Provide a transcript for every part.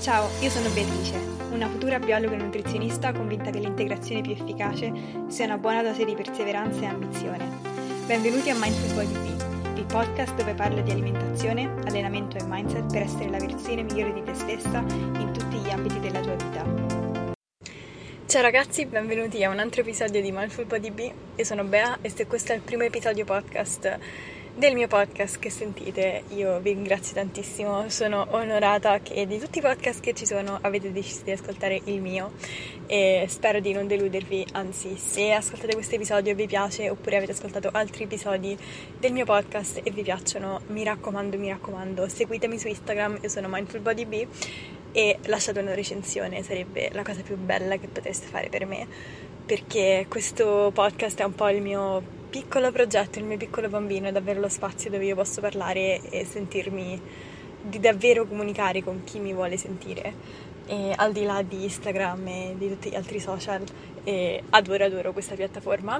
Ciao, io sono Beatrice, una futura biologa e nutrizionista convinta che l'integrazione più efficace sia una buona dose di perseveranza e ambizione. Benvenuti a Mindful Body Bee, il podcast dove parlo di alimentazione, allenamento e mindset per essere la versione migliore di te stessa in tutti gli ambiti della tua vita. Ciao ragazzi, benvenuti a un altro episodio di Mindful Body Bee. Io sono Bea e se questo è il primo episodio podcast del mio podcast che sentite, io vi ringrazio tantissimo, sono onorata che di tutti i podcast che ci sono avete deciso di ascoltare il mio e spero di non deludervi, anzi se ascoltate questo episodio e vi piace oppure avete ascoltato altri episodi del mio podcast e vi piacciono, mi raccomando, seguitemi su Instagram, io sono Mindful Body Bee e lasciate una recensione, sarebbe la cosa più bella che potreste fare per me, perché questo podcast è un po' il mio piccolo progetto, il mio piccolo bambino, è davvero lo spazio dove io posso parlare e sentirmi di davvero comunicare con chi mi vuole sentire, e al di là di Instagram e di tutti gli altri social, e adoro questa piattaforma.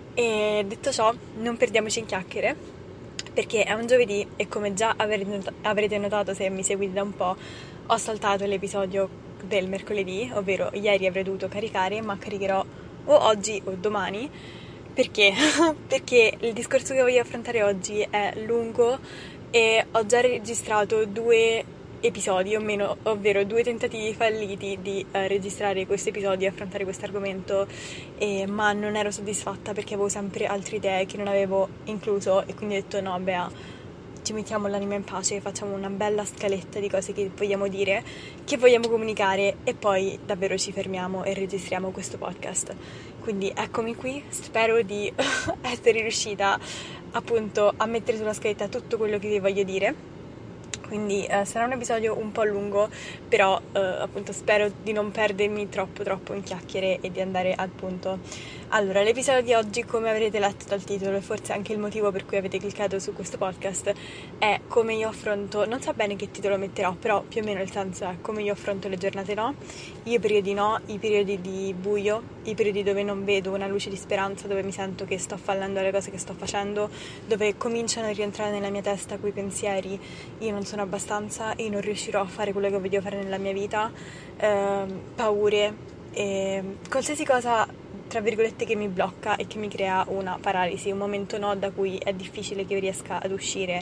E detto ciò, non perdiamoci in chiacchiere, perché è un giovedì e come già avrete notato se mi seguite da un po', ho saltato l'episodio del mercoledì, ovvero ieri avrei dovuto caricare, ma caricherò o oggi o domani. Perché? Perché il discorso che voglio affrontare oggi è lungo e ho già registrato 2 episodi, ovvero 2 tentativi falliti di registrare questo episodio e affrontare questo argomento, ma non ero soddisfatta perché avevo sempre altre idee che non avevo incluso e quindi ho detto no, Bea, ci mettiamo l'anima in pace, facciamo una bella scaletta di cose che vogliamo dire, che vogliamo comunicare e poi davvero ci fermiamo e registriamo questo podcast. Quindi eccomi qui, spero di essere riuscita appunto a mettere sulla scaletta tutto quello che vi voglio dire. Quindi sarà un episodio un po' lungo, però appunto spero di non perdermi troppo in chiacchiere e di andare al punto. Allora, l'episodio di oggi, come avrete letto dal titolo e forse anche il motivo per cui avete cliccato su questo podcast, è come io affronto, non so bene che titolo metterò, però più o meno il senso è come io affronto le giornate no, i periodi di buio, i periodi dove non vedo una luce di speranza, dove mi sento che sto fallendo le cose che sto facendo, dove cominciano a rientrare nella mia testa quei pensieri: io non sono abbastanza, io non riuscirò a fare quello che voglio fare nella mia vita, paure e qualsiasi cosa tra virgolette che mi blocca e che mi crea una paralisi, un momento no da cui è difficile che io riesca ad uscire.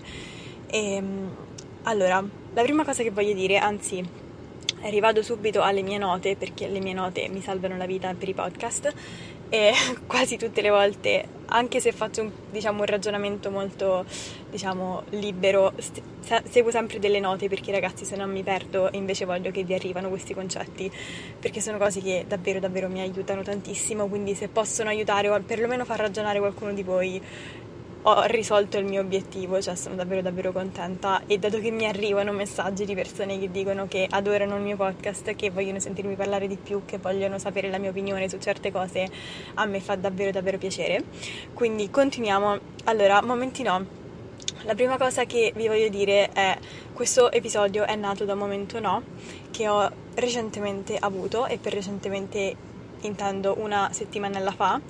Allora, la prima cosa che voglio dire, anzi rivado subito alle mie note, perché le mie note mi salvano la vita per i podcast e quasi tutte le volte, anche se faccio un ragionamento molto libero, seguo sempre delle note, perché ragazzi se no mi perdo e invece voglio che vi arrivano questi concetti, perché sono cose che davvero mi aiutano tantissimo, quindi se possono aiutare o perlomeno far ragionare qualcuno di voi, ho risolto il mio obiettivo, cioè sono davvero contenta. E dato che mi arrivano messaggi di persone che dicono che adorano il mio podcast, che vogliono sentirmi parlare di più, che vogliono sapere la mia opinione su certe cose, a me fa davvero piacere. Quindi continuiamo. Allora, momenti no. La prima cosa che vi voglio dire è: questo episodio è nato da un momento no che ho recentemente avuto, e per recentemente intendo una settimanella fa.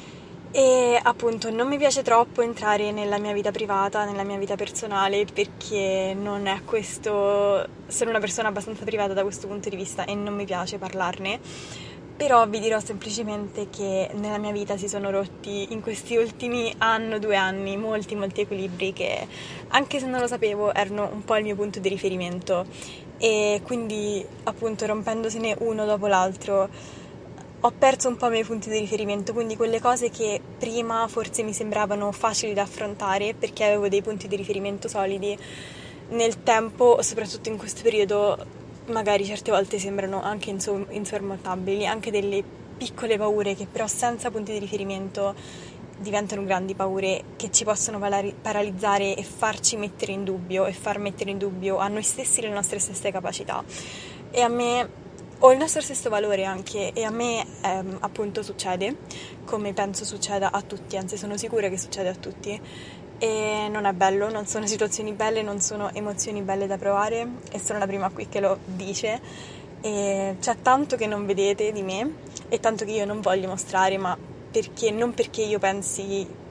E appunto non mi piace troppo entrare nella mia vita privata, nella mia vita personale, perché non è questo, sono una persona abbastanza privata da questo punto di vista e non mi piace parlarne. Però vi dirò semplicemente che nella mia vita si sono rotti in questi ultimi 2 anni molti equilibri che, anche se non lo sapevo, erano un po' il mio punto di riferimento, e quindi appunto rompendosene uno dopo l'altro ho perso un po' i miei punti di riferimento, quindi quelle cose che prima forse mi sembravano facili da affrontare perché avevo dei punti di riferimento solidi, nel tempo, soprattutto in questo periodo, magari certe volte sembrano anche insormontabili, anche delle piccole paure che però senza punti di riferimento diventano grandi paure che ci possono paralizzare e farci mettere in dubbio e far mettere in dubbio a noi stessi le nostre stesse capacità. E a me, o il nostro stesso valore anche, e a me appunto succede, come penso succeda a tutti, anzi sono sicura che succede a tutti, e non è bello, non sono situazioni belle, non sono emozioni belle da provare, e sono la prima qui che lo dice, e c'è tanto che non vedete di me e tanto che io non voglio mostrare, ma non perché io pensi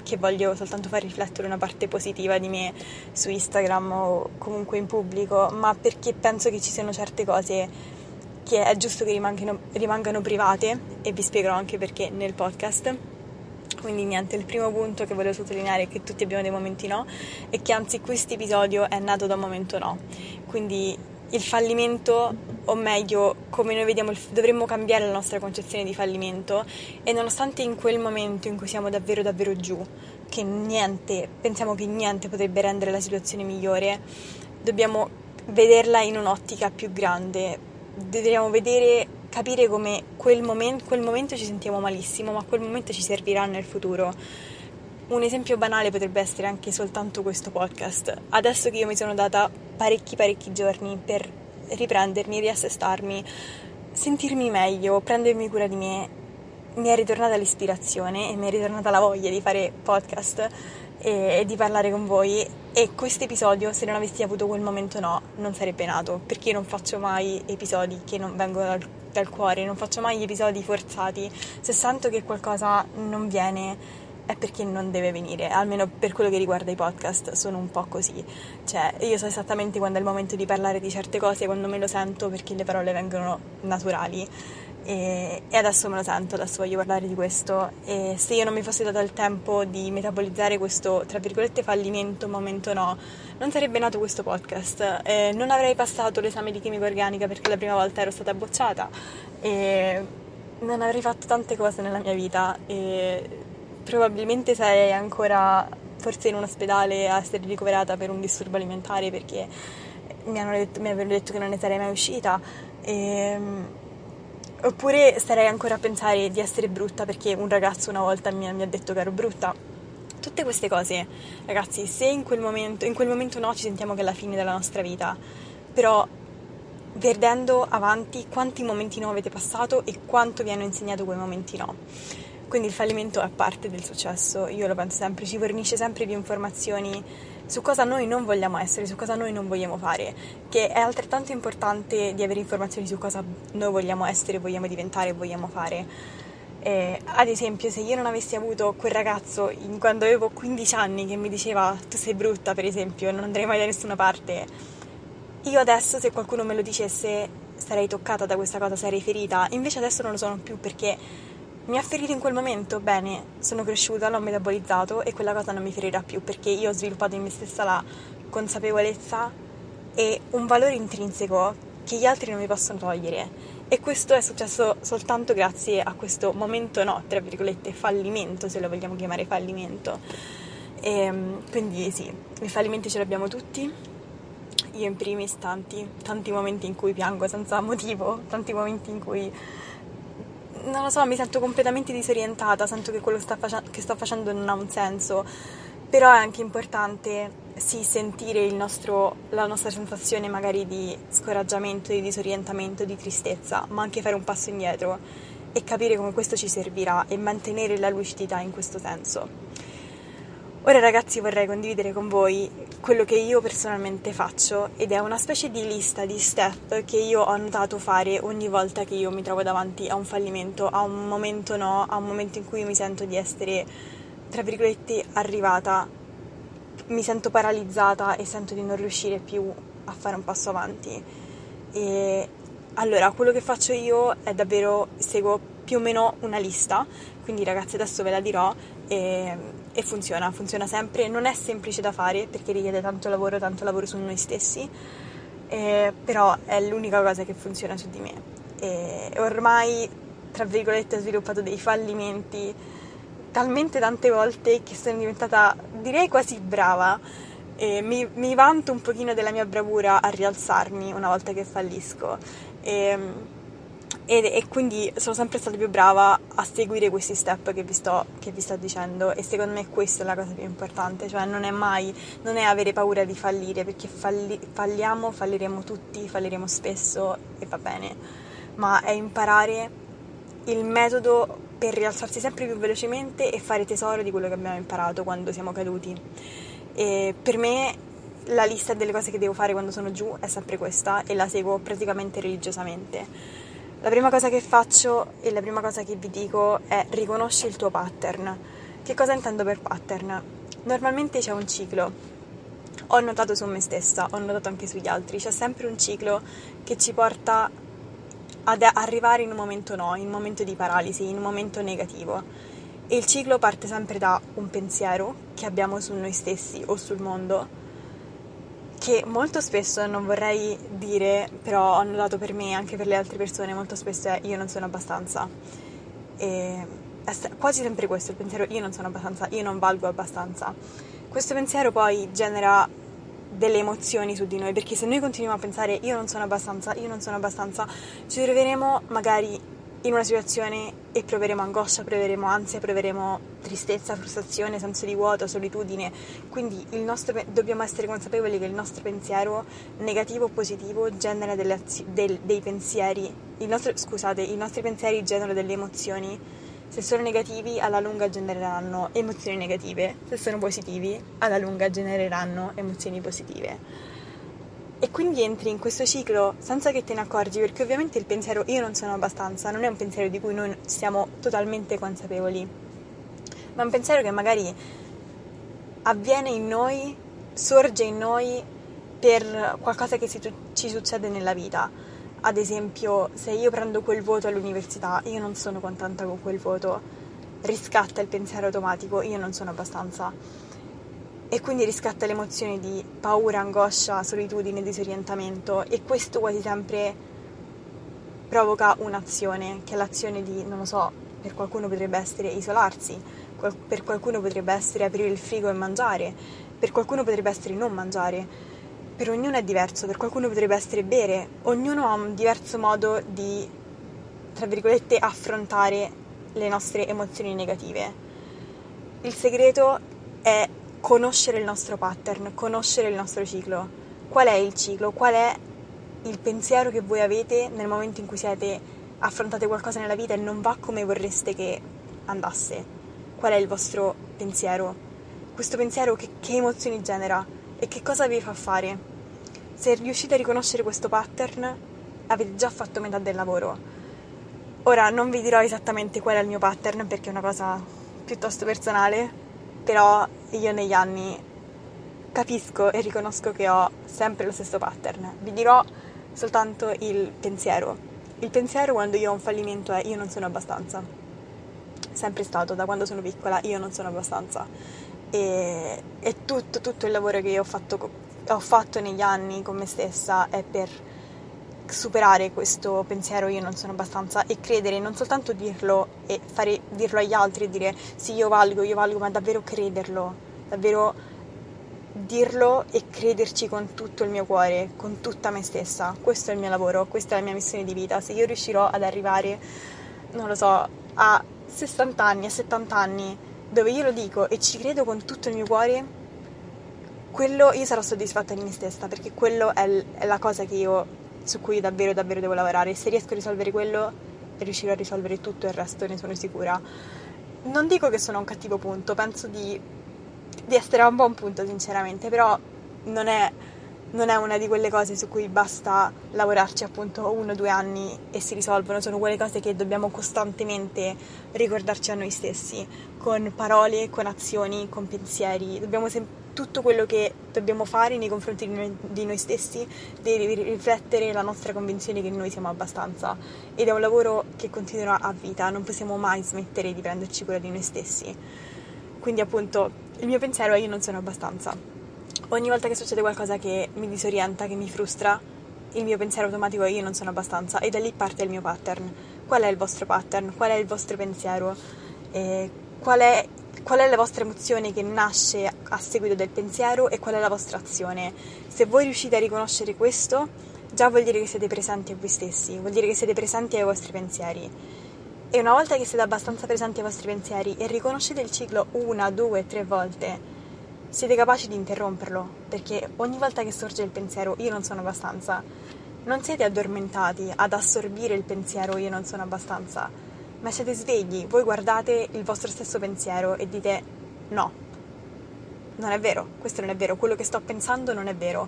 che voglio soltanto far riflettere una parte positiva di me su Instagram o comunque in pubblico, ma perché penso che ci siano certe cose che è giusto che rimangano private, e vi spiegherò anche perché nel podcast. Quindi niente, il primo punto che volevo sottolineare è che tutti abbiamo dei momenti no, e che anzi questo episodio è nato da un momento no. Quindi il fallimento, o meglio, come noi vediamo, dovremmo cambiare la nostra concezione di fallimento, e nonostante in quel momento in cui siamo davvero davvero giù, pensiamo che niente potrebbe rendere la situazione migliore, dobbiamo vederla in un'ottica più grande. Dobbiamo capire come quel momento ci sentiamo malissimo, ma quel momento ci servirà nel futuro. Un esempio banale potrebbe essere anche soltanto questo podcast. Adesso che io mi sono data parecchi giorni per riprendermi, riassestarmi, sentirmi meglio, prendermi cura di me, mi è ritornata l'ispirazione e mi è ritornata la voglia di fare podcast e di parlare con voi, e questo episodio, se non avessi avuto quel momento no, non sarebbe nato, perché io non faccio mai episodi che non vengono dal cuore, non faccio mai episodi forzati. Se sento che qualcosa non viene è perché non deve venire, almeno per quello che riguarda i podcast sono un po' così, cioè io so esattamente quando è il momento di parlare di certe cose, quando me lo sento, perché le parole vengono naturali. E adesso me lo sento, adesso voglio parlare di questo, e se io non mi fossi data il tempo di metabolizzare questo, tra virgolette, fallimento, momento no, non sarebbe nato questo podcast, non avrei passato l'esame di chimica organica perché la prima volta ero stata bocciata, e non avrei fatto tante cose nella mia vita, e probabilmente sarei ancora forse in un ospedale a essere ricoverata per un disturbo alimentare, perché mi avevano detto che non ne sarei mai uscita, oppure starei ancora a pensare di essere brutta perché un ragazzo una volta mi ha detto che ero brutta. Tutte queste cose, ragazzi, se in quel momento no, ci sentiamo che è la fine della nostra vita, però vedendo avanti quanti momenti no avete passato e quanto vi hanno insegnato quei momenti no. Quindi il fallimento è parte del successo, io lo penso sempre, ci fornisce sempre più informazioni su cosa noi non vogliamo essere, su cosa noi non vogliamo fare, che è altrettanto importante di avere informazioni su cosa noi vogliamo essere, vogliamo diventare, vogliamo fare. Ad esempio, se io non avessi avuto quel ragazzo quando avevo 15 anni che mi diceva tu sei brutta, per esempio, non andrei mai da nessuna parte, io adesso, se qualcuno me lo dicesse, sarei toccata da questa cosa, sarei ferita. Invece adesso non lo sono più, perché mi ha ferito in quel momento, bene, sono cresciuta, l'ho metabolizzato e quella cosa non mi ferirà più, perché io ho sviluppato in me stessa la consapevolezza e un valore intrinseco che gli altri non mi possono togliere. E questo è successo soltanto grazie a questo momento no, tra virgolette, fallimento, se lo vogliamo chiamare fallimento. Quindi sì, i fallimenti ce li abbiamo tutti, io in primis, tanti momenti in cui piango senza motivo, tanti momenti in cui, non lo so, mi sento completamente disorientata, sento che quello che sto facendo non ha un senso, però è anche importante sì sentire la nostra sensazione magari di scoraggiamento, di disorientamento, di tristezza, ma anche fare un passo indietro e capire come questo ci servirà e mantenere la lucidità in questo senso. Ora ragazzi, vorrei condividere con voi quello che io personalmente faccio, ed è una specie di lista di step che io ho notato fare ogni volta che io mi trovo davanti a un fallimento, a un momento no, a un momento in cui mi sento di essere, tra virgolette, arrivata, mi sento paralizzata e sento di non riuscire più a fare un passo avanti. E allora, quello che faccio io è davvero, seguo più o meno una lista, quindi ragazzi adesso ve la dirò, e funziona sempre. Non è semplice da fare perché richiede tanto lavoro su noi stessi, però è l'unica cosa che funziona su di me, e ormai, tra virgolette, ho sviluppato dei fallimenti talmente tante volte che sono diventata, direi, quasi brava, e mi vanto un pochino della mia bravura a rialzarmi una volta che fallisco, e quindi sono sempre stata più brava a seguire questi step che vi sto dicendo, e secondo me questa è la cosa più importante, cioè non è avere paura di fallire, perché falliremo tutti, falliremo spesso e va bene, ma è imparare il metodo per rialzarsi sempre più velocemente e fare tesoro di quello che abbiamo imparato quando siamo caduti. E per me la lista delle cose che devo fare quando sono giù è sempre questa, e la seguo praticamente religiosamente. La prima cosa che faccio e la prima cosa che vi dico è: riconosci il tuo pattern. Che cosa intendo per pattern? Normalmente c'è un ciclo. Ho notato su me stessa, ho notato anche sugli altri, c'è sempre un ciclo che ci porta ad arrivare in un momento in un momento di paralisi, in un momento negativo. E il ciclo parte sempre da un pensiero che abbiamo su noi stessi o sul mondo, che molto spesso, non vorrei dire, però ho notato per me e anche per le altre persone, molto spesso è io non sono abbastanza. E è quasi sempre questo il pensiero: io non sono abbastanza, io non valgo abbastanza. Questo pensiero poi genera delle emozioni su di noi, perché se noi continuiamo a pensare io non sono abbastanza, ci troveremo magari in una situazione e proveremo angoscia, proveremo ansia, proveremo tristezza, frustrazione, senso di vuoto, solitudine. Quindi dobbiamo essere consapevoli che il nostro pensiero, negativo o positivo, genera dei pensieri. I nostri pensieri generano delle emozioni. Se sono negativi, alla lunga genereranno emozioni negative. Se sono positivi, alla lunga genereranno emozioni positive. E quindi entri in questo ciclo senza che te ne accorgi, perché ovviamente il pensiero io non sono abbastanza non è un pensiero di cui noi siamo totalmente consapevoli, ma è un pensiero che magari avviene in noi, sorge in noi per qualcosa che ci succede nella vita. Ad esempio, se io prendo quel voto all'università, io non sono contenta con quel voto, riscatta il pensiero automatico, io non sono abbastanza. E quindi riscatta l'emozione di paura, angoscia, solitudine, disorientamento, e questo quasi sempre provoca un'azione, che è l'azione di, non lo so, per qualcuno potrebbe essere isolarsi, per qualcuno potrebbe essere aprire il frigo e mangiare, per qualcuno potrebbe essere non mangiare, per ognuno è diverso, per qualcuno potrebbe essere bere, ognuno ha un diverso modo di, tra virgolette, affrontare le nostre emozioni negative. Il segreto è conoscere il nostro pattern, conoscere il nostro ciclo. Qual è il ciclo? Qual è il pensiero che voi avete nel momento in cui affrontate qualcosa nella vita e non va come vorreste che andasse? Qual è il vostro pensiero? Questo pensiero che emozioni genera e che cosa vi fa fare? Se riuscite a riconoscere questo pattern, avete già fatto metà del lavoro. Ora non vi dirò esattamente qual è il mio pattern, perché è una cosa piuttosto personale, però io negli anni capisco e riconosco che ho sempre lo stesso pattern. Vi dirò soltanto il pensiero. Il pensiero quando io ho un fallimento è io non sono abbastanza. Sempre stato, da quando sono piccola, io non sono abbastanza. E tutto il lavoro che ho fatto negli anni con me stessa è per superare questo pensiero io non sono abbastanza e credere, non soltanto dirlo e dirlo agli altri e dire sì io valgo, ma davvero crederlo, davvero dirlo e crederci con tutto il mio cuore, con tutta me stessa. Questo è il mio lavoro, questa è la mia missione di vita. Se io riuscirò ad arrivare, non lo so, a 60 anni, a 70 anni, dove io lo dico e ci credo con tutto il mio cuore, quello io sarò soddisfatta di me stessa, perché quello è la cosa su cui davvero devo lavorare. Se riesco a risolvere quello, riuscirò a risolvere tutto il resto, ne sono sicura. Non dico che sono a un cattivo punto, penso di essere a un buon punto sinceramente, però non è una di quelle cose su cui basta lavorarci appunto 1 o 2 anni e si risolvono. Sono quelle cose che dobbiamo costantemente ricordarci a noi stessi, con parole, con azioni, con pensieri. Tutto quello che dobbiamo fare nei confronti di noi stessi deve riflettere la nostra convinzione che noi siamo abbastanza, ed è un lavoro che continuerà a vita, non possiamo mai smettere di prenderci cura di noi stessi. Quindi appunto il mio pensiero è io non sono abbastanza. Ogni volta che succede qualcosa che mi disorienta, che mi frustra, il mio pensiero automatico è io non sono abbastanza, e da lì parte il mio pattern. Qual è il vostro pattern? Qual è il vostro pensiero? Qual è la vostra emozione che nasce a seguito del pensiero e qual è la vostra azione? Se voi riuscite a riconoscere questo, già vuol dire che siete presenti a voi stessi, vuol dire che siete presenti ai vostri pensieri. E una volta che siete abbastanza presenti ai vostri pensieri e riconoscete il ciclo 1, 2, 3 volte, siete capaci di interromperlo, perché ogni volta che sorge il pensiero io non sono abbastanza, non siete addormentati ad assorbire il pensiero io non sono abbastanza, ma siete svegli, voi guardate il vostro stesso pensiero e dite no, non è vero, questo non è vero, quello che sto pensando non è vero.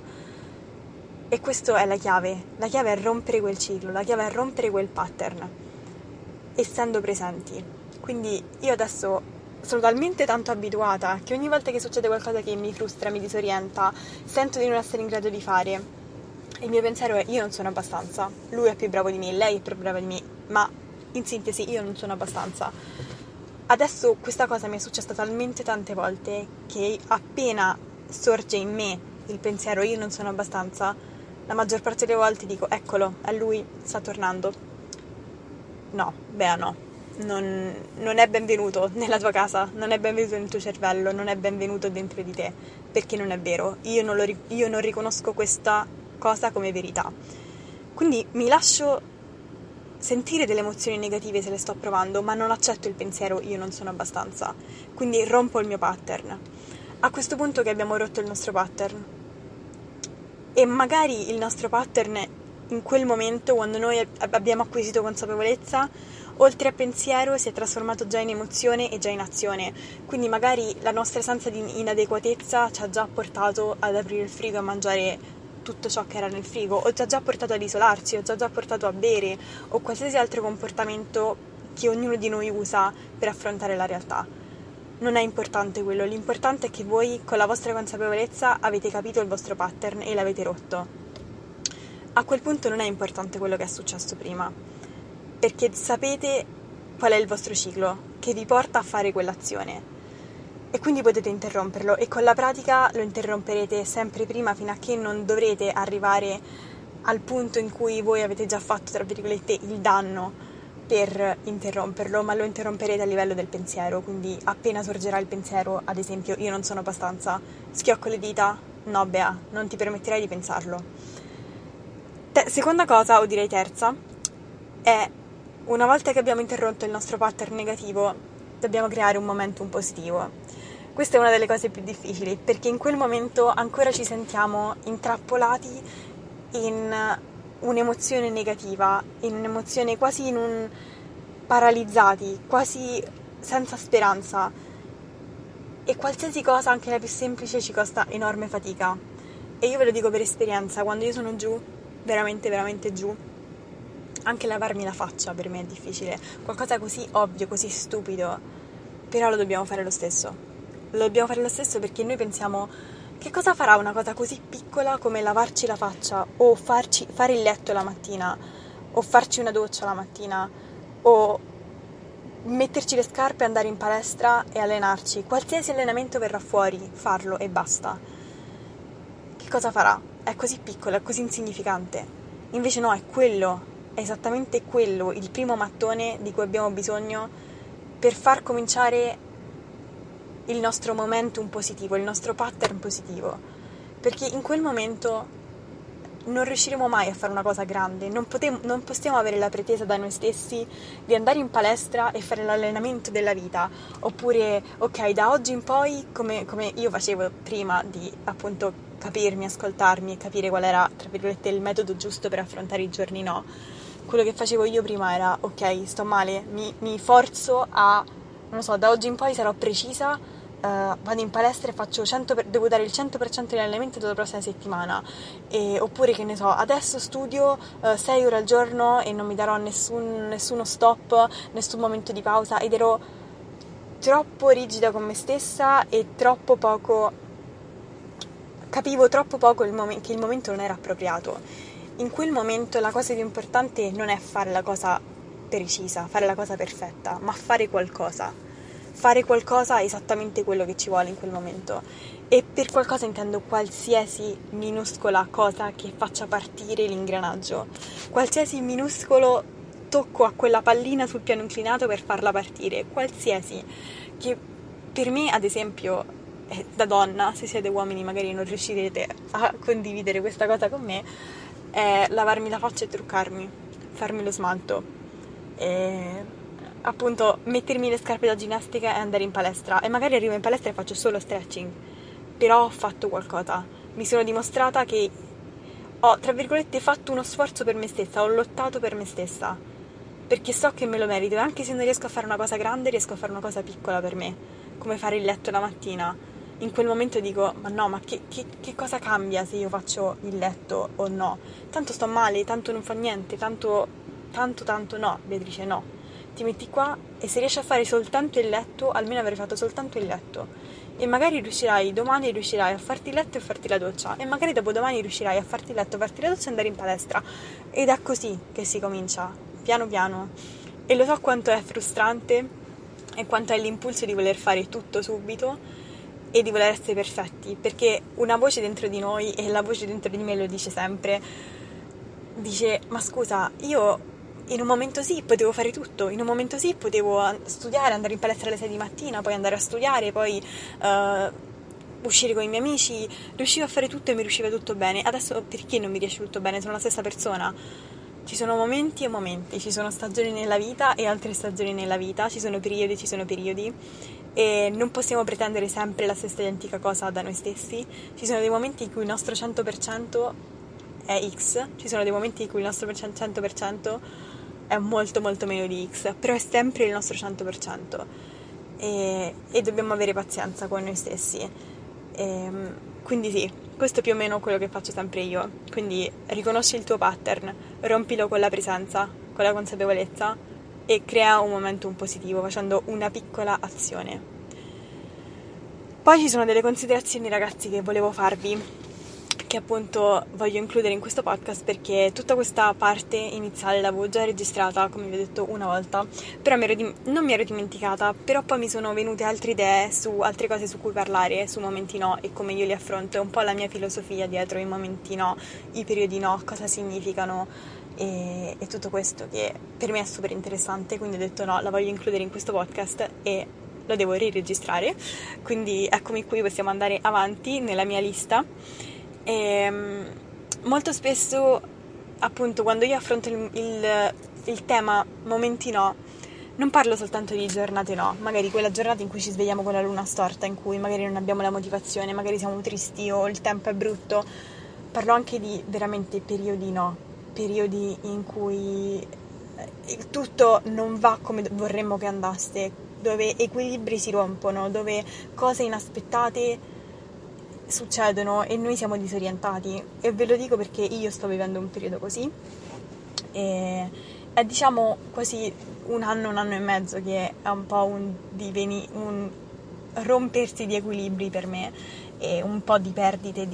E questa è la chiave è rompere quel ciclo, la chiave è rompere quel pattern, essendo presenti. Quindi io adesso sono talmente tanto abituata che ogni volta che succede qualcosa che mi frustra, mi disorienta, sento di non essere in grado di fare, il mio pensiero è: io non sono abbastanza, lui è più bravo di me, lei è più brava di me, ma in sintesi io non sono abbastanza. Adesso questa cosa mi è successa talmente tante volte che appena sorge in me il pensiero io non sono abbastanza, la maggior parte delle volte dico: eccolo, è lui, sta tornando. No, Bea, no. Non è benvenuto nella tua casa, non è benvenuto nel tuo cervello, non è benvenuto dentro di te, perché non è vero. Io non riconosco questa cosa come verità. Quindi mi lascio sentire delle emozioni negative se le sto provando, ma non accetto il pensiero io non sono abbastanza. Quindi rompo il mio pattern. A questo punto che abbiamo rotto il nostro pattern, e magari il nostro pattern in quel momento, quando noi abbiamo acquisito consapevolezza, oltre a pensiero si è trasformato già in emozione e già in azione. Quindi magari la nostra senza di inadeguatezza ci ha già portato ad aprire il frigo e a mangiare tutto ciò che era nel frigo, o ci ha già portato ad isolarci, o ci ha già portato a bere, o qualsiasi altro comportamento che ognuno di noi usa per affrontare la realtà. Non è importante quello, l'importante è che voi con la vostra consapevolezza avete capito il vostro pattern e l'avete rotto. A quel punto non è importante quello che è successo prima, perché sapete qual è il vostro ciclo che vi porta a fare quell'azione e quindi potete interromperlo, e con la pratica lo interromperete sempre prima fino a che non dovrete arrivare al punto in cui voi avete già fatto, tra virgolette, il danno per interromperlo, ma lo interromperete a livello del pensiero. Quindi appena sorgerà il pensiero, ad esempio io non sono abbastanza, schiocco le dita: no Bea, non ti permetterei di pensarlo. Seconda cosa, o direi terza, è: una volta che abbiamo interrotto il nostro pattern negativo, dobbiamo creare un momentum positivo. Questa è una delle cose più difficili, perché in quel momento ancora ci sentiamo intrappolati in un'emozione negativa, in un'emozione quasi paralizzati, quasi senza speranza, e qualsiasi cosa, anche la più semplice, ci costa enorme fatica. E io ve lo dico per esperienza: quando io sono giù, veramente veramente giù, anche lavarmi la faccia per me è difficile, qualcosa così ovvio, così stupido, però lo dobbiamo fare lo stesso. Lo dobbiamo fare lo stesso perché noi pensiamo: che cosa farà una cosa così piccola come lavarci la faccia, o fare il letto la mattina, o farci una doccia la mattina, o metterci le scarpe e andare in palestra e allenarci. Qualsiasi allenamento verrà fuori, farlo e basta. Che cosa farà? È così piccolo, è così insignificante. Invece no, è esattamente quello, il primo mattone di cui abbiamo bisogno per far cominciare il nostro momentum positivo, il nostro pattern positivo, perché in quel momento non riusciremo mai a fare una cosa grande, non possiamo avere la pretesa da noi stessi di andare in palestra e fare l'allenamento della vita, oppure ok, da oggi in poi, come io facevo prima di appunto capirmi, ascoltarmi e capire qual era, tra virgolette, il metodo giusto per affrontare i giorni no. Quello che facevo io prima era: ok, sto male, mi forzo a, non so, da oggi in poi sarò precisa, vado in palestra e devo dare il 100% di allenamento della prossima settimana, oppure che ne so, adesso studio 6 ore al giorno e non mi darò nessuno stop, nessun momento di pausa, ed ero troppo rigida con me stessa e capivo troppo poco che il momento non era appropriato. In quel momento la cosa più importante non è fare la cosa precisa, fare la cosa perfetta, ma fare qualcosa. Fare qualcosa è esattamente quello che ci vuole in quel momento. E per qualcosa intendo qualsiasi minuscola cosa che faccia partire l'ingranaggio, qualsiasi minuscolo tocco a quella pallina sul piano inclinato per farla partire, qualsiasi. Che per me, ad esempio, da donna, se siete uomini magari non riuscirete a condividere questa cosa con me, è lavarmi la faccia e truccarmi, farmi lo smalto, e appunto mettermi le scarpe da ginnastica e andare in palestra. E magari arrivo in palestra e faccio solo stretching, però ho fatto qualcosa, mi sono dimostrata che ho, tra virgolette, fatto uno sforzo per me stessa, ho lottato per me stessa, perché so che me lo merito, e anche se non riesco a fare una cosa grande, riesco a fare una cosa piccola per me, come fare il letto la mattina. In quel momento dico: ma no, ma che cosa cambia se io faccio il letto o no? Tanto sto male, tanto non fa niente, tanto no, Beatrice, no. ti metti qua e se riesci a fare soltanto il letto, almeno avrai fatto soltanto il letto. E magari domani riuscirai a farti il letto e farti la doccia. E magari dopodomani riuscirai a farti il letto, farti la doccia e andare in palestra. Ed è così che si comincia, piano piano. E lo so quanto è frustrante e quanto è l'impulso di voler fare tutto subito e di voler essere perfetti, perché una voce dentro di noi, e la voce dentro di me lo dice sempre, dice: ma scusa, io in un momento sì potevo fare tutto, in un momento sì potevo studiare, andare in palestra alle 6 di mattina, poi andare a studiare, poi uscire con i miei amici, riuscivo a fare tutto e mi riusciva tutto bene. Adesso perché non mi riesce tutto bene? Sono la stessa persona. Ci sono momenti e momenti, ci sono stagioni nella vita e altre stagioni nella vita, ci sono periodi e non possiamo pretendere sempre la stessa identica cosa da noi stessi. Ci sono dei momenti in cui il nostro 100% è X, ci sono dei momenti in cui il nostro 100% è molto molto meno di X, però è sempre il nostro 100% e dobbiamo avere pazienza con noi stessi. Quindi sì, questo è più o meno quello che faccio sempre io. Quindi riconosci il tuo pattern, rompilo con la presenza, con la consapevolezza e crea un momentum positivo facendo una piccola azione. Poi ci sono delle considerazioni, ragazzi, che volevo farvi, che appunto voglio includere in questo podcast, perché tutta questa parte iniziale l'avevo già registrata, come vi ho detto, una volta, però non mi ero dimenticata, però poi mi sono venute altre idee su altre cose su cui parlare, su momenti no e come io li affronto, è un po' la mia filosofia dietro i momenti no, i periodi no, cosa significano e tutto questo, che per me è super interessante, quindi ho detto no, la voglio includere in questo podcast e lo devo riregistrare, quindi eccomi qui, possiamo andare avanti nella mia lista. E molto spesso, appunto, quando io affronto il tema momenti no, non parlo soltanto di giornate no, magari quella giornata in cui ci svegliamo con la luna storta, in cui magari non abbiamo la motivazione, magari siamo tristi o il tempo è brutto. Parlo anche di veramente periodi no, periodi in cui tutto non va come vorremmo che andasse, dove equilibri si rompono, dove cose inaspettate succedono e noi siamo disorientati. E ve lo dico perché io sto vivendo un periodo così e è diciamo quasi un anno e mezzo che è un po' un rompersi di equilibri per me e un po' di perdite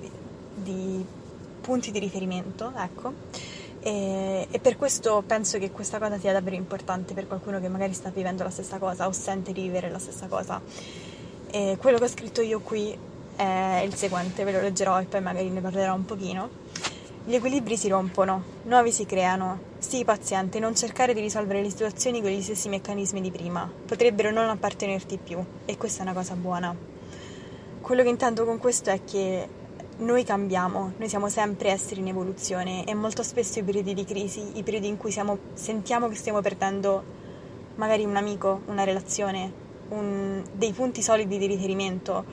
di punti di riferimento, ecco. E per questo penso che questa cosa sia davvero importante per qualcuno che magari sta vivendo la stessa cosa o sente di vivere la stessa cosa. E quello che ho scritto io qui è il seguente, ve lo leggerò e poi magari ne parlerò un pochino. Gli equilibri si rompono, nuovi si creano. Sii paziente, non cercare di risolvere le situazioni con gli stessi meccanismi di prima. Potrebbero non appartenerti più e questa è una cosa buona. Quello che intendo con questo è che noi cambiamo, noi siamo sempre esseri in evoluzione e molto spesso i periodi di crisi, i periodi in cui sentiamo che stiamo perdendo magari un amico, una relazione, dei punti solidi di riferimento,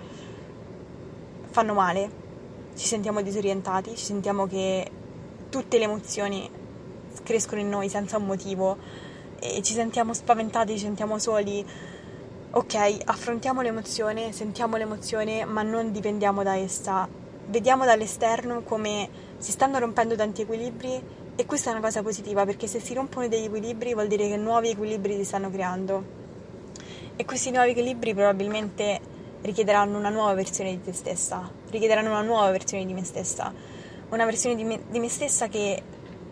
fanno male, ci sentiamo disorientati, ci sentiamo che tutte le emozioni crescono in noi senza un motivo e ci sentiamo spaventati, ci sentiamo soli. Ok, affrontiamo l'emozione, sentiamo l'emozione, ma non dipendiamo da essa. Vediamo dall'esterno come si stanno rompendo tanti equilibri e questa è una cosa positiva, perché se si rompono degli equilibri vuol dire che nuovi equilibri si stanno creando e questi nuovi equilibri probabilmente richiederanno una nuova versione di te stessa, richiederanno una nuova versione di me stessa, una versione di me stessa che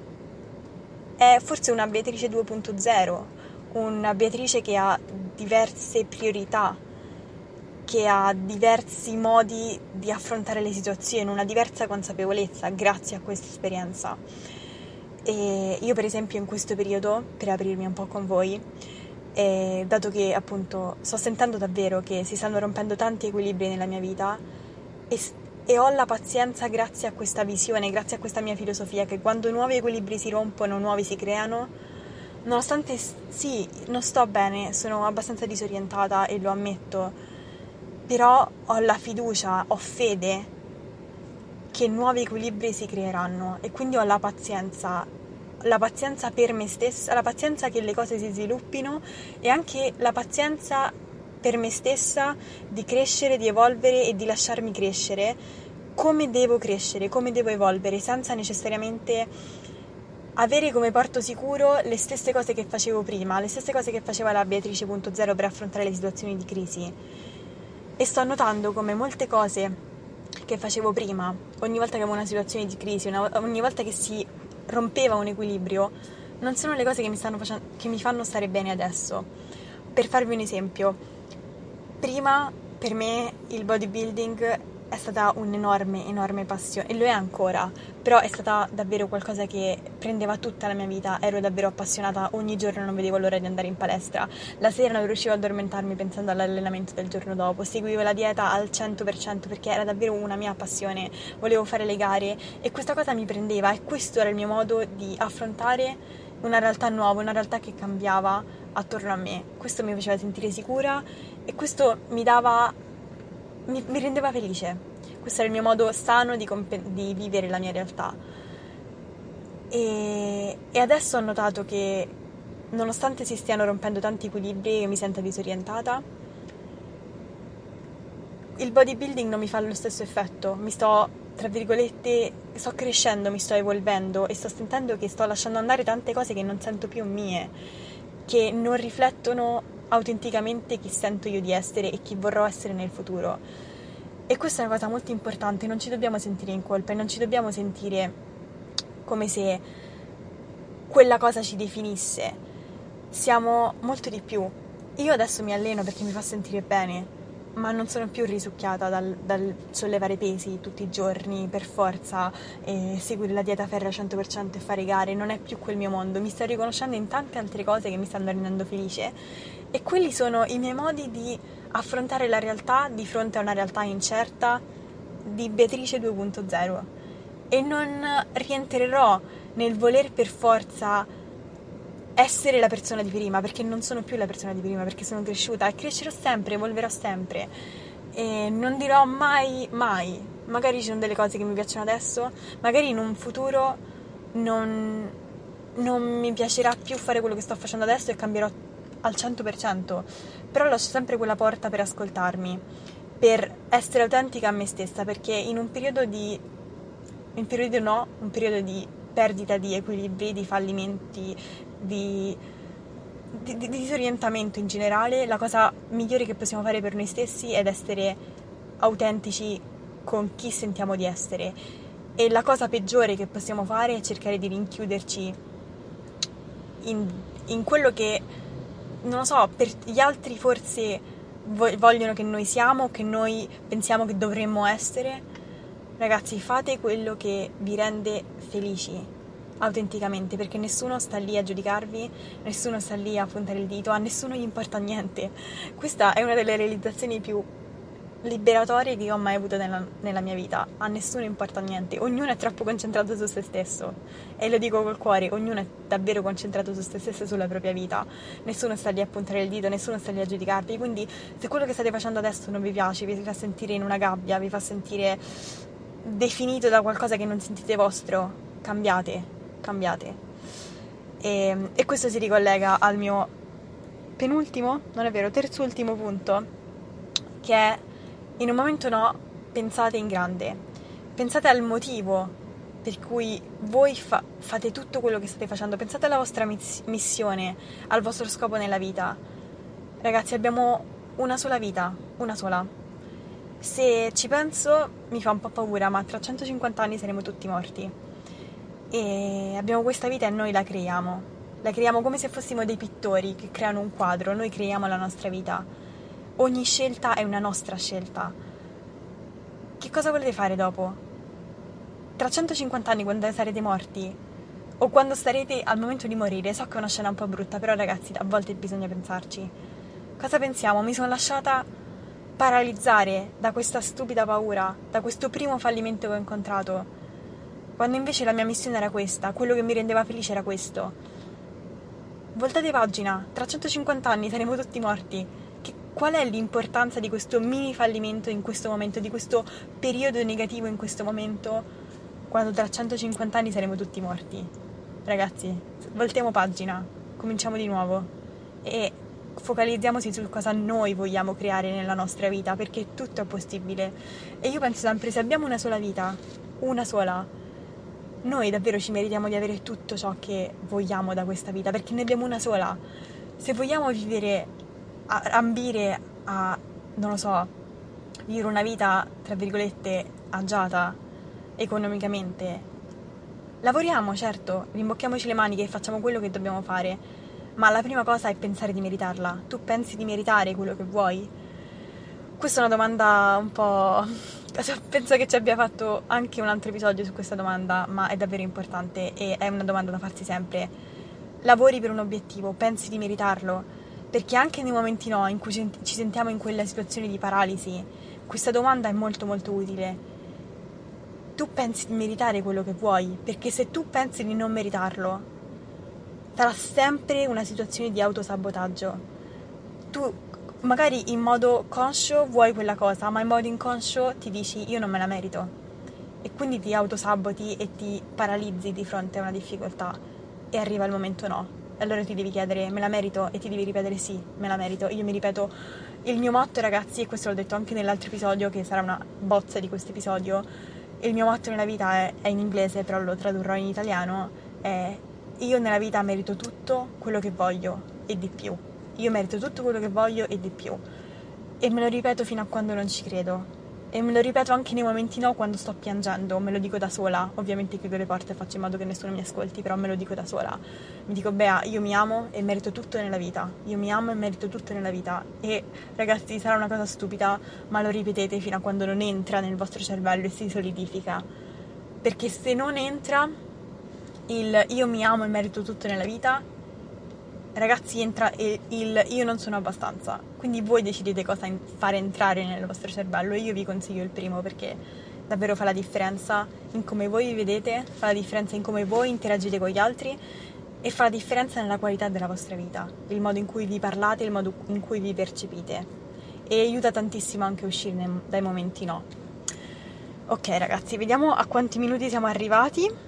è forse una Beatrice 2.0, una Beatrice che ha diverse priorità, che ha diversi modi di affrontare le situazioni, una diversa consapevolezza grazie a questa esperienza. E io per esempio in questo periodo, per aprirmi un po' con voi, dato che appunto sto sentendo davvero che si stanno rompendo tanti equilibri nella mia vita e ho la pazienza grazie a questa visione, grazie a questa mia filosofia, che quando nuovi equilibri si rompono, nuovi si creano, nonostante sì, non sto bene, sono abbastanza disorientata e lo ammetto, però ho la fiducia, ho fede che nuovi equilibri si creeranno e quindi ho la pazienza per me stessa, la pazienza che le cose si sviluppino e anche la pazienza per me stessa di crescere, di evolvere e di lasciarmi crescere come devo evolvere, senza necessariamente avere come porto sicuro le stesse cose che facevo prima, le stesse cose che faceva la Beatrice.0 per affrontare le situazioni di crisi. E sto notando come molte cose che facevo prima, ogni volta che avevo una situazione di crisi, ogni volta che si rompeva un equilibrio, non sono le cose che mi fanno stare bene adesso. Per farvi un esempio, prima per me il bodybuilding è stata un'enorme passione, e lo è ancora, però è stata davvero qualcosa che prendeva tutta la mia vita, ero davvero appassionata, ogni giorno non vedevo l'ora di andare in palestra, la sera non riuscivo ad addormentarmi pensando all'allenamento del giorno dopo, seguivo la dieta al 100% perché era davvero una mia passione, volevo fare le gare e questa cosa mi prendeva e questo era il mio modo di affrontare una realtà nuova, una realtà che cambiava attorno a me. Questo mi faceva sentire sicura e questo mi rendeva felice. Questo era il mio modo sano di vivere la mia realtà. E adesso ho notato che, nonostante si stiano rompendo tanti equilibri e mi senta disorientata, il bodybuilding non mi fa lo stesso effetto. Tra virgolette, sto crescendo, mi sto evolvendo e sto sentendo che sto lasciando andare tante cose che non sento più mie, che non riflettono autenticamente chi sento io di essere e chi vorrò essere nel futuro. E questa è una cosa molto importante, non ci dobbiamo sentire in colpa e non ci dobbiamo sentire come se quella cosa ci definisse. Siamo molto di più. Io adesso mi alleno perché mi fa sentire bene, ma non sono più risucchiata dal sollevare pesi tutti i giorni per forza e seguire la dieta ferrea al 100% e fare gare. Non è più quel mio mondo, mi sto riconoscendo in tante altre cose che mi stanno rendendo felice e quelli sono i miei modi di affrontare la realtà di fronte a una realtà incerta di Beatrice 2.0 e non rientrerò nel voler per forza essere la persona di prima, perché non sono più la persona di prima, perché sono cresciuta e crescerò sempre, evolverò sempre e non dirò mai, magari ci sono delle cose che mi piacciono adesso, magari in un futuro non mi piacerà più fare quello che sto facendo adesso e cambierò al 100%, però lascio sempre quella porta per ascoltarmi, per essere autentica a me stessa, perché in un periodo di perdita di equilibri, di fallimenti, di disorientamento in generale, la cosa migliore che possiamo fare per noi stessi è essere autentici con chi sentiamo di essere e la cosa peggiore che possiamo fare è cercare di rinchiuderci in quello che, non lo so, per gli altri forse vogliono che noi siamo, che noi pensiamo che dovremmo essere. Ragazzi, fate quello che vi rende felici, autenticamente, perché nessuno sta lì a giudicarvi, nessuno sta lì a puntare il dito, a nessuno gli importa niente. Questa è una delle realizzazioni più liberatorie che io ho mai avuto nella mia vita. A nessuno importa niente, ognuno è troppo concentrato su se stesso e lo dico col cuore, ognuno è davvero concentrato su se stesso e sulla propria vita, nessuno sta lì a puntare il dito, nessuno sta lì a giudicarvi. Quindi se quello che state facendo adesso non vi piace, vi fa sentire in una gabbia, vi fa sentire definito da qualcosa che non sentite vostro, cambiate. E questo si ricollega al mio terzultimo punto, che è: in un momento no, pensate in grande, pensate al motivo per cui voi fate tutto quello che state facendo, pensate alla vostra missione, al vostro scopo nella vita. Ragazzi, abbiamo una sola vita, una sola. Se ci penso mi fa un po' paura, ma tra 150 anni saremo tutti morti e abbiamo questa vita e noi la creiamo come se fossimo dei pittori che creano un quadro. Noi creiamo la nostra vita, ogni scelta è una nostra scelta. Che cosa volete fare dopo? Tra 150 anni, quando sarete morti o quando starete al momento di morire, so che è una scena un po' brutta, però ragazzi, a volte bisogna pensarci. Cosa pensiamo? Mi sono lasciata paralizzare da questa stupida paura, da questo primo fallimento che ho incontrato, quando invece la mia missione era questa, quello che mi rendeva felice era questo. Voltate pagina, tra 150 anni saremo tutti morti. Qual è l'importanza di questo mini fallimento in questo momento, di questo periodo negativo in questo momento, quando tra 150 anni saremo tutti morti? Ragazzi, voltiamo pagina, cominciamo di nuovo e focalizziamoci su cosa noi vogliamo creare nella nostra vita, perché tutto è possibile. E io penso sempre, se abbiamo una sola vita, una sola, noi davvero ci meritiamo di avere tutto ciò che vogliamo da questa vita, perché ne abbiamo una sola. Se vogliamo ambire a, non lo so, vivere una vita, tra virgolette, agiata economicamente, lavoriamo, certo, rimbocchiamoci le maniche e facciamo quello che dobbiamo fare, ma la prima cosa è pensare di meritarla. Tu pensi di meritare quello che vuoi? Questa è una domanda un po'... Penso che ci abbia fatto anche un altro episodio su questa domanda, ma è davvero importante e è una domanda da farsi sempre. Lavori per un obiettivo, pensi di meritarlo? Perché anche nei momenti no, in cui ci sentiamo in quella situazione di paralisi, questa domanda è molto molto utile. Tu pensi di meritare quello che vuoi? Perché se tu pensi di non meritarlo, sarà sempre una situazione di autosabotaggio. Tu magari in modo conscio vuoi quella cosa, ma in modo inconscio ti dici io non me la merito. E quindi ti autosaboti e ti paralizzi di fronte a una difficoltà e arriva il momento no. Allora ti devi chiedere me la merito e ti devi ripetere sì, me la merito. Io mi ripeto il mio motto, ragazzi, e questo l'ho detto anche nell'altro episodio che sarà una bozza di questo episodio. Il mio motto nella vita è in inglese, però lo tradurrò in italiano, è io nella vita merito tutto quello che voglio e di più. Io merito tutto quello che voglio e di più. E me lo ripeto fino a quando non ci credo. E me lo ripeto anche nei momenti no, quando sto piangendo, me lo dico da sola. Ovviamente chiudo le porte e faccio in modo che nessuno mi ascolti, però me lo dico da sola. Mi dico, Bea, io mi amo e merito tutto nella vita. Io mi amo e merito tutto nella vita. E ragazzi, sarà una cosa stupida, ma lo ripetete fino a quando non entra nel vostro cervello e si solidifica. Perché se non entra il io mi amo e merito tutto nella vita, ragazzi, entra il io non sono abbastanza. Quindi voi decidete cosa fare entrare nel vostro cervello e io vi consiglio il primo perché davvero fa la differenza in come voi vi vedete, fa la differenza in come voi interagite con gli altri e fa la differenza nella qualità della vostra vita, il modo in cui vi parlate, il modo in cui vi percepite e aiuta tantissimo anche a uscire dai momenti no. Ok ragazzi, vediamo a quanti minuti siamo arrivati.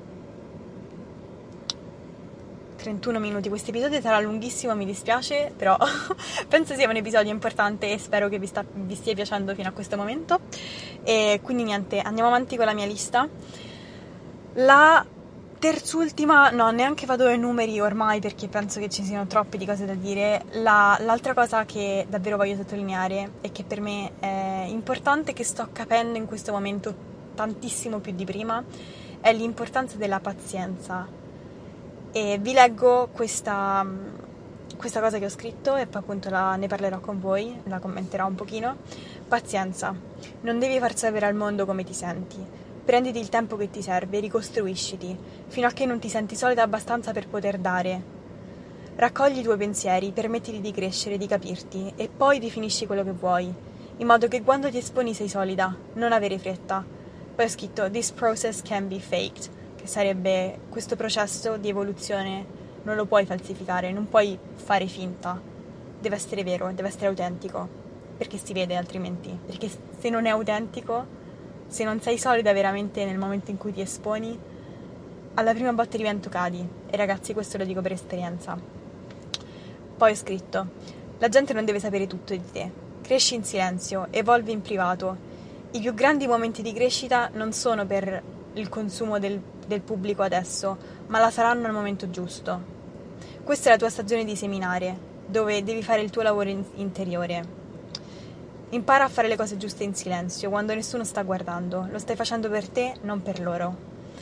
31 minuti, questo episodio sarà lunghissimo, mi dispiace, però penso sia un episodio importante e spero che vi stia piacendo fino a questo momento. E quindi niente, andiamo avanti con la mia lista. La terzultima, no, neanche vado ai numeri ormai perché penso che ci siano troppe di cose da dire. L'altra cosa che davvero voglio sottolineare e che per me è importante, che sto capendo in questo momento tantissimo più di prima, è l'importanza della pazienza. E vi leggo questa cosa che ho scritto e poi appunto ne parlerò con voi, la commenterò un pochino. Pazienza. Non devi far sapere al mondo come ti senti. Prenditi il tempo che ti serve, ricostruisciti, fino a che non ti senti solida abbastanza per poter dare. Raccogli i tuoi pensieri, permettiti di crescere, di capirti e poi definisci quello che vuoi, in modo che quando ti esponi sei solida, non avere fretta. Poi ho scritto This process can be faked, che sarebbe questo processo di evoluzione non lo puoi falsificare, non puoi fare finta, deve essere vero, deve essere autentico, perché si vede altrimenti, perché se non è autentico, se non sei solida veramente nel momento in cui ti esponi, alla prima botta di vento cadi, e ragazzi questo lo dico per esperienza. Poi ho scritto, la gente non deve sapere tutto di te, cresci in silenzio, evolvi in privato, i più grandi momenti di crescita non sono per il consumo del pubblico adesso, ma la saranno al momento giusto. Questa è la tua stagione di seminare, dove devi fare il tuo lavoro interiore. Impara a fare le cose giuste in silenzio, quando nessuno sta guardando. Lo stai facendo per te, non per loro.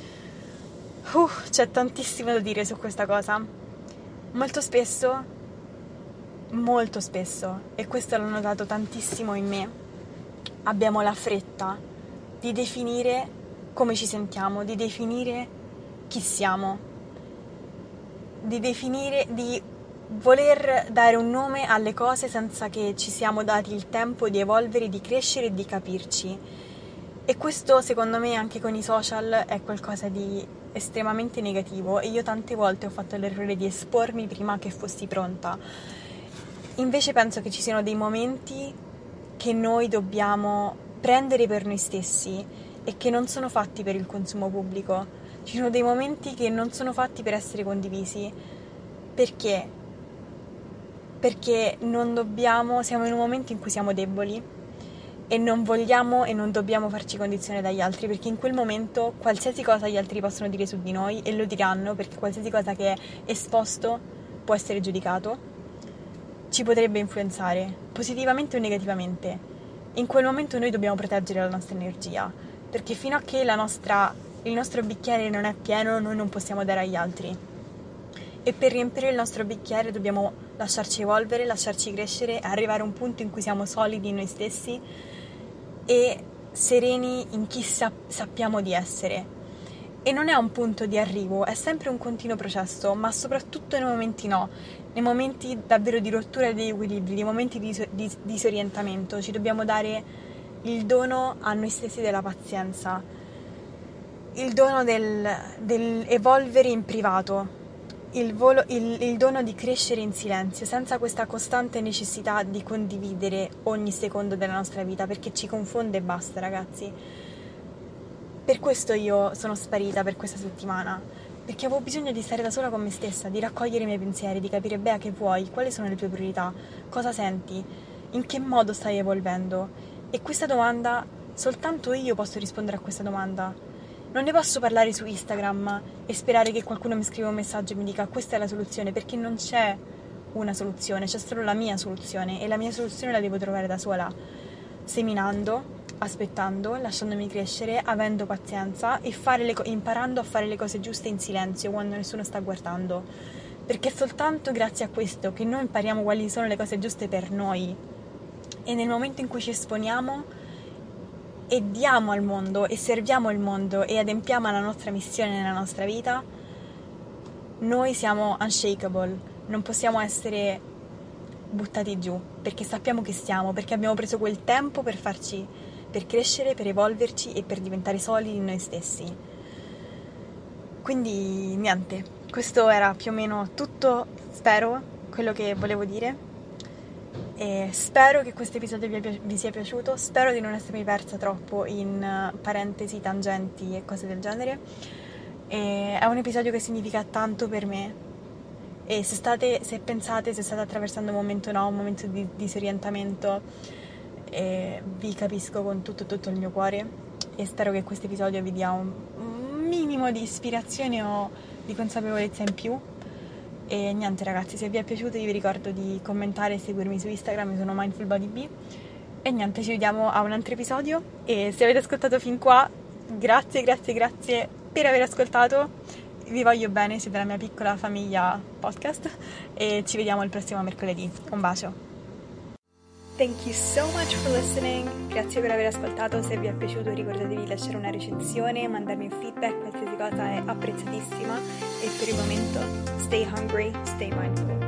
C'è tantissimo da dire su questa cosa. Molto spesso, e questo l'ho notato tantissimo in me, abbiamo la fretta di definire come ci sentiamo, di definire chi siamo, di voler dare un nome alle cose senza che ci siamo dati il tempo di evolvere, di crescere e di capirci. E questo secondo me anche con i social è qualcosa di estremamente negativo e io tante volte ho fatto l'errore di espormi prima che fossi pronta. Invece penso che ci siano dei momenti che noi dobbiamo prendere per noi stessi e che non sono fatti per il consumo pubblico. Ci sono dei momenti che non sono fatti per essere condivisi. Perché? Perché non dobbiamo, siamo in un momento in cui siamo deboli e non vogliamo e non dobbiamo farci condizionare dagli altri, perché in quel momento qualsiasi cosa gli altri possono dire su di noi, e lo diranno, perché qualsiasi cosa che è esposto può essere giudicato, ci potrebbe influenzare positivamente o negativamente. In quel momento noi dobbiamo proteggere la nostra energia, perché fino a che il nostro bicchiere non è pieno, noi non possiamo dare agli altri. E per riempire il nostro bicchiere dobbiamo lasciarci evolvere, lasciarci crescere, arrivare a un punto in cui siamo solidi in noi stessi e sereni in chi sappiamo di essere. E non è un punto di arrivo, è sempre un continuo processo, ma soprattutto nei momenti nei momenti davvero di rottura degli equilibri, nei momenti di disorientamento, ci dobbiamo dare il dono a noi stessi della pazienza, il dono del evolvere in privato, il dono di crescere in silenzio, senza questa costante necessità di condividere ogni secondo della nostra vita, perché ci confonde e basta, ragazzi. Per questo io sono sparita per questa settimana, perché avevo bisogno di stare da sola con me stessa, di raccogliere i miei pensieri, di capire bene che vuoi, quali sono le tue priorità, cosa senti, in che modo stai evolvendo. E questa domanda, soltanto io posso rispondere a questa domanda. Non ne posso parlare su Instagram e sperare che qualcuno mi scriva un messaggio e mi dica questa è la soluzione, perché non c'è una soluzione, c'è solo la mia soluzione, e la mia soluzione la devo trovare da sola, seminando, aspettando, lasciandomi crescere, avendo pazienza e imparando a fare le cose giuste in silenzio quando nessuno sta guardando, perché è soltanto grazie a questo che noi impariamo quali sono le cose giuste per noi, e nel momento in cui ci esponiamo e diamo al mondo e serviamo il mondo e adempiamo alla nostra missione nella nostra vita, noi siamo unshakable, non possiamo essere buttati giù, perché sappiamo che siamo, perché abbiamo preso quel tempo per crescere, per evolverci e per diventare solidi in noi stessi. Quindi niente, questo era più o meno tutto, spero, quello che volevo dire. E spero che questo episodio vi sia piaciuto, spero di non essermi persa troppo in parentesi, tangenti e cose del genere. E è un episodio che significa tanto per me, e se state attraversando un momento di disorientamento, vi capisco con tutto il mio cuore, e spero che questo episodio vi dia un minimo di ispirazione o di consapevolezza in più. E niente, ragazzi, se vi è piaciuto io vi ricordo di commentare e seguirmi su Instagram, sono mindfulbodyb. E niente, ci vediamo a un altro episodio, e se avete ascoltato fin qua, grazie per aver ascoltato, vi voglio bene, siete la mia piccola famiglia podcast, e ci vediamo il prossimo mercoledì. Un bacio. Thank you so much for listening. Grazie per aver ascoltato. Se vi è piaciuto ricordatevi di lasciare una recensione, mandarmi un feedback, qualsiasi cosa è apprezzatissima. E per il momento, stay hungry, stay mindful.